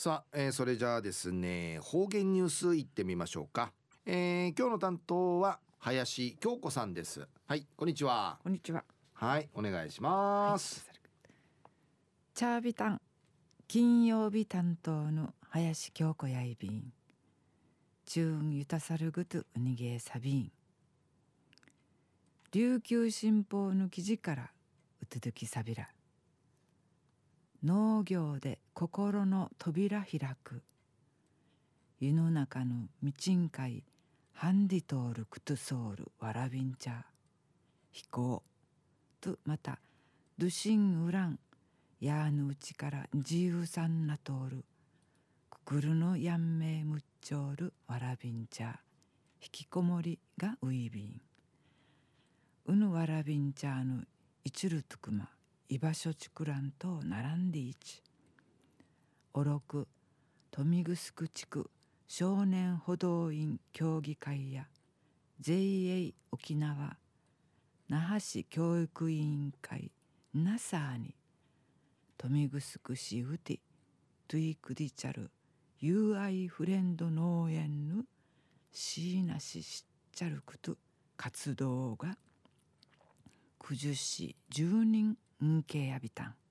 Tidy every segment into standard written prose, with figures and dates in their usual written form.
さあ、それじゃあですね、方言ニュースいってみましょうか。今日の担当は林京子さんです。はい、こんにちは。 こんにちは。 はい、お願いしはい。 ます。 チャービタン金曜日担当の林京子やいびん。チューンユタサルグトゥウニゲーサビン。琉球新報の記事からうつづきさびら。農業で心の扉開く。世の中の道んかいハンディトールクトゥソールわらびんちゃ飛行とまたドゥシンウランやーぬうちから自由さんなとおるくくるのやんめいむっちょるわらびんちゃ引きこもりがういびんうぬわらびんちゃぬいちるとくま居場所ちくらんと並んでいちおろく豊見城地区少年歩道員協議会や JA 沖縄那覇市教育委員会ナサーに豊見城市うてトゥイクディチャル UI フレンド農園のシーナシしっちゃること活動が90市10人んけやびたん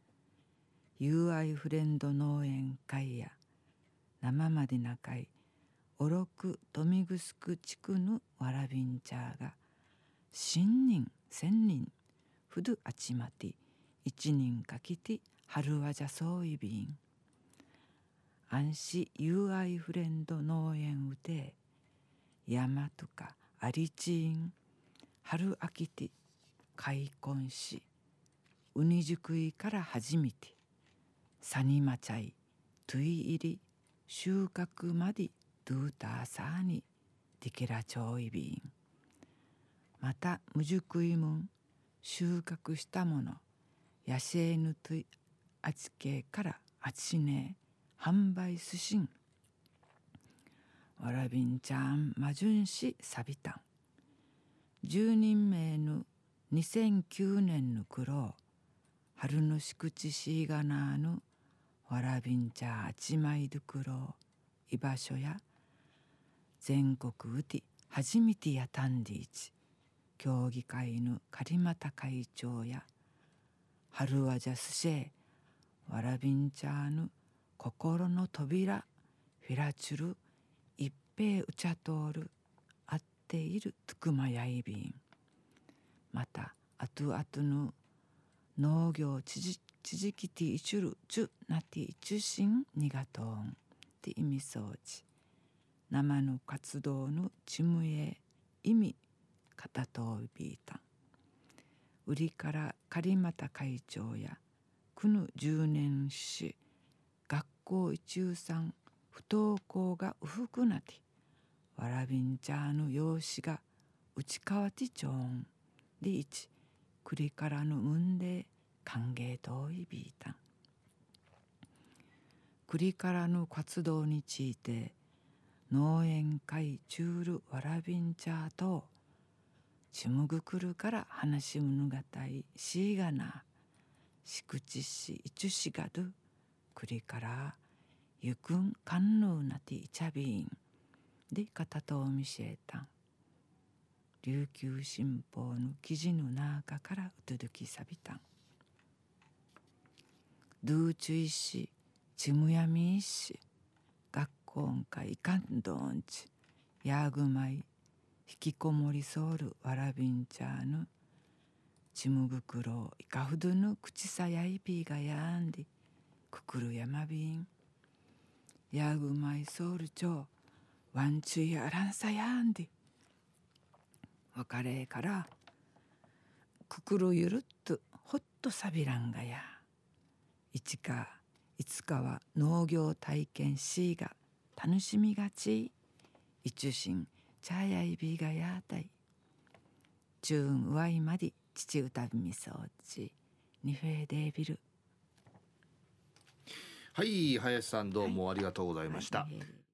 UI フレンド農園会や生までなかいおろく豊見城地区のわらびんちゃが新人千人ふどあちまて一人かきて春わじゃそういびん安市 UI フレンド農園うて山とかありちん春あきて開墾しうにじくいから始めてさにまちゃいとい入り収穫までドゥーターサーにディケラチョイビンまたむじゅくいむん収穫したもの野生ぬといあちけからあちね販売すしんわらびんちゃんまじゅんしさびたん10人名の2009年の黒春のしくちしがなのわらびんちゃあちまいどくろ居場所や全国うて初めてやたんでいち協議会の狩俣会長や春はじゃすせわらびんちゃの心の扉フィラチュル一平うちゃとおるあっているつくまやいびんまたあとあとの農業ちじきていちゅるちゅなていちゅしんにがとんて意味そうち生の活動のちむえ意味かたとびいたん売りから狩俣会長やくぬ10年し学校一中さん不登校がうふくなてわらびんちゃの養子がうちかわてちょんでいちくりからのうんで歓迎といびいたんくりからの活動について農園会チュールわらびんちゃとちむぐくるから話物語しがなしくちしいちゅしがどくりからゆくんかんぬうなていちゃびんでかたとおみせえたん琉球新報の記事の中からうとどきさびたんドゥーチュイしちむやみいし学校んかいかんどんちやぐまい引きこもりそうるわらびんちゃぬちむぐくろいかふどぬくちさやいびがやんでくくるやまびんやぐまいそうるちょうワンチュイあらんさやんでわかれからくくるゆるっとほっとさびらんがやいつかは農業体験しが楽しみがちいちゅしんちゃやいびがやたいちゅんわいまで父歌びみそうちにフェーデービル。 はい、林さんどうもありがとうございました。 はい